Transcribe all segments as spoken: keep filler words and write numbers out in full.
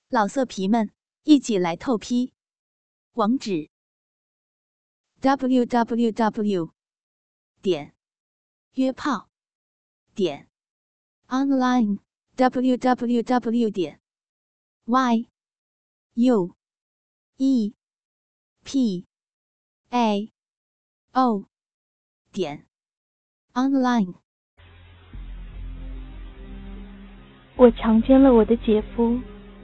老色皮们，一起来透批！网址 ：double u double u double u 点约炮点 online double u double u double u 点 y u e p a o 点 online。 我强奸了我的姐夫。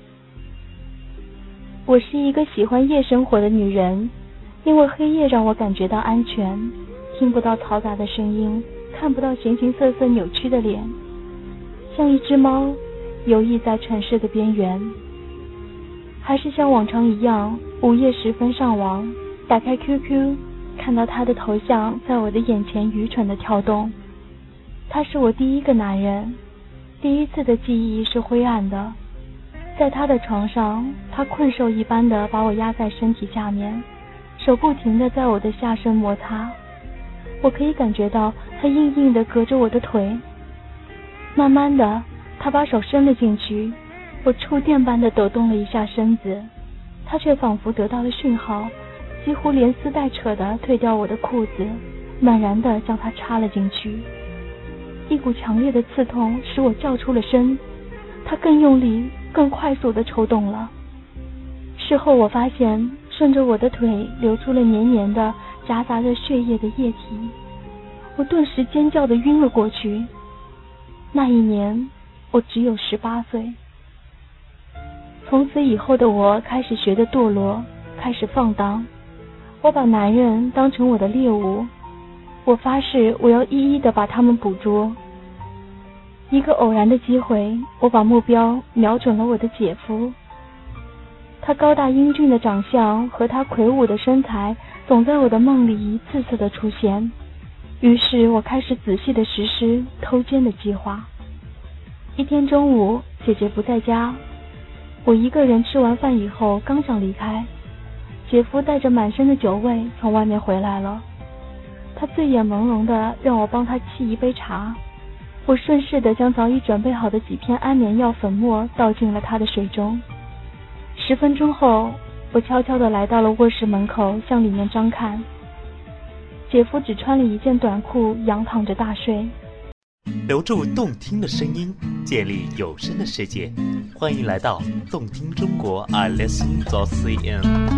我是一个喜欢夜生活的女人，因为黑夜让我感觉到安全，听不到嘈杂的声音，看不到形形色色扭曲的脸，像一只猫游弋在城市的边缘。还是像往常一样，午夜时分上网，打开 Q Q， 看到他的头像在我的眼前愚蠢地跳动。他是我第一个男人，第一次的记忆是灰暗的。在他的床上，他困兽一般的把我压在身体下面，手不停地在我的下身摩擦，我可以感觉到他硬硬地隔着我的腿。慢慢的，他把手伸了进去，我触电般的抖动了一下身子，他却仿佛得到了讯号，几乎连丝带扯地退掉我的裤子，猛然地将它插了进去。一股强烈的刺痛使我叫出了声，他更用力更快速地抽动了。事后我发现，顺着我的腿流出了黏黏的夹杂着血液的液体，我顿时尖叫地晕了过去。那一年我只有十八岁。从此以后的我开始学得堕落，开始放荡。我把男人当成我的猎物，我发誓我要一一地把他们捕捉。一个偶然的机会，我把目标瞄准了我的姐夫。他高大英俊的长相和他魁梧的身材总在我的梦里一次次的出现，于是我开始仔细的实施偷奸的计划。一天中午，姐姐不在家，我一个人吃完饭以后刚想离开，姐夫带着满身的酒味从外面回来了。他醉眼朦胧的让我帮他沏一杯茶，我顺势的将早已准备好的几片安眠药粉末倒进了他的水中。十分钟后，我悄悄地来到了卧室门口，向里面张看。姐夫只穿了一件短裤，仰躺着大睡。 留住动听的声音，建立有声的世界。欢迎来到动听中国 I listen dot c n。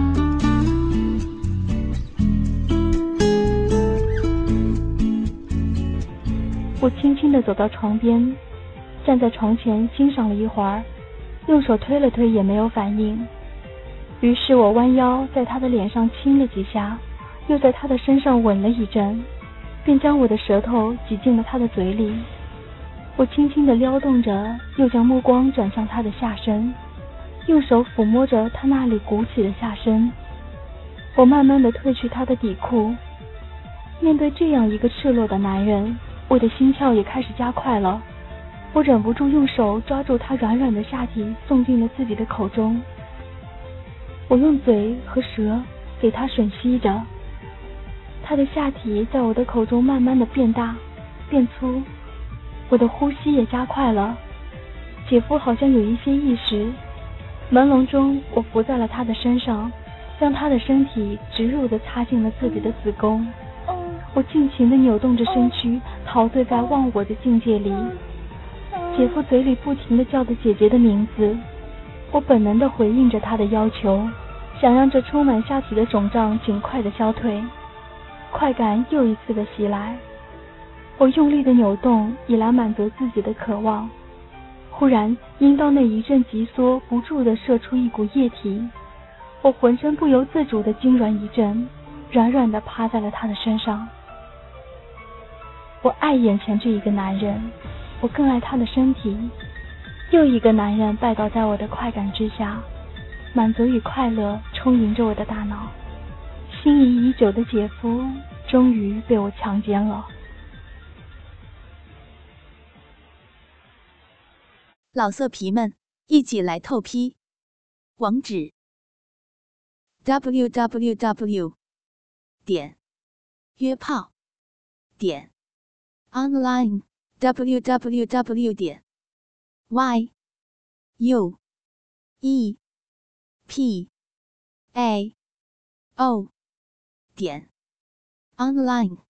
我轻轻地走到床边，站在床前欣赏了一会儿，用手推了推也没有反应。于是我弯腰在他的脸上亲了几下，又在他的身上吻了一阵，便将我的舌头挤进了他的嘴里。我轻轻地撩动着，又将目光转向他的下身，用手抚摸着他那里鼓起的下身。我慢慢地褪去他的底裤。面对这样一个赤裸的男人，我的心跳也开始加快了。我忍不住用手抓住他软软的下体，送进了自己的口中。我用嘴和舌给他吮吸着，他的下体在我的口中慢慢的变大变粗，我的呼吸也加快了。姐夫好像有一些意识，朦胧中我伏在了他的身上，将他的身体直入的插进了自己的子宫。我尽情地扭动着身躯，陶醉在忘我的境界里。姐夫嘴里不停地叫着姐姐的名字，我本能地回应着他的要求，想让这充满下体的肿胀尽快地消退。快感又一次的袭来，我用力的扭动，以来满足自己的渴望。忽然，阴道内一阵急缩，不住地射出一股液体，我浑身不由自主地痉挛一阵，软软地趴在了他的身上。我爱眼前这一个男人，我更爱他的身体。又一个男人拜倒在我的快感之下，满足与快乐充盈着我的大脑。心仪已久的姐夫终于被我强奸了。 老色皮们，一起来透批！网址 double u double u double u 点约炮点 online double u double u double u 点 y u e p a o 点 online。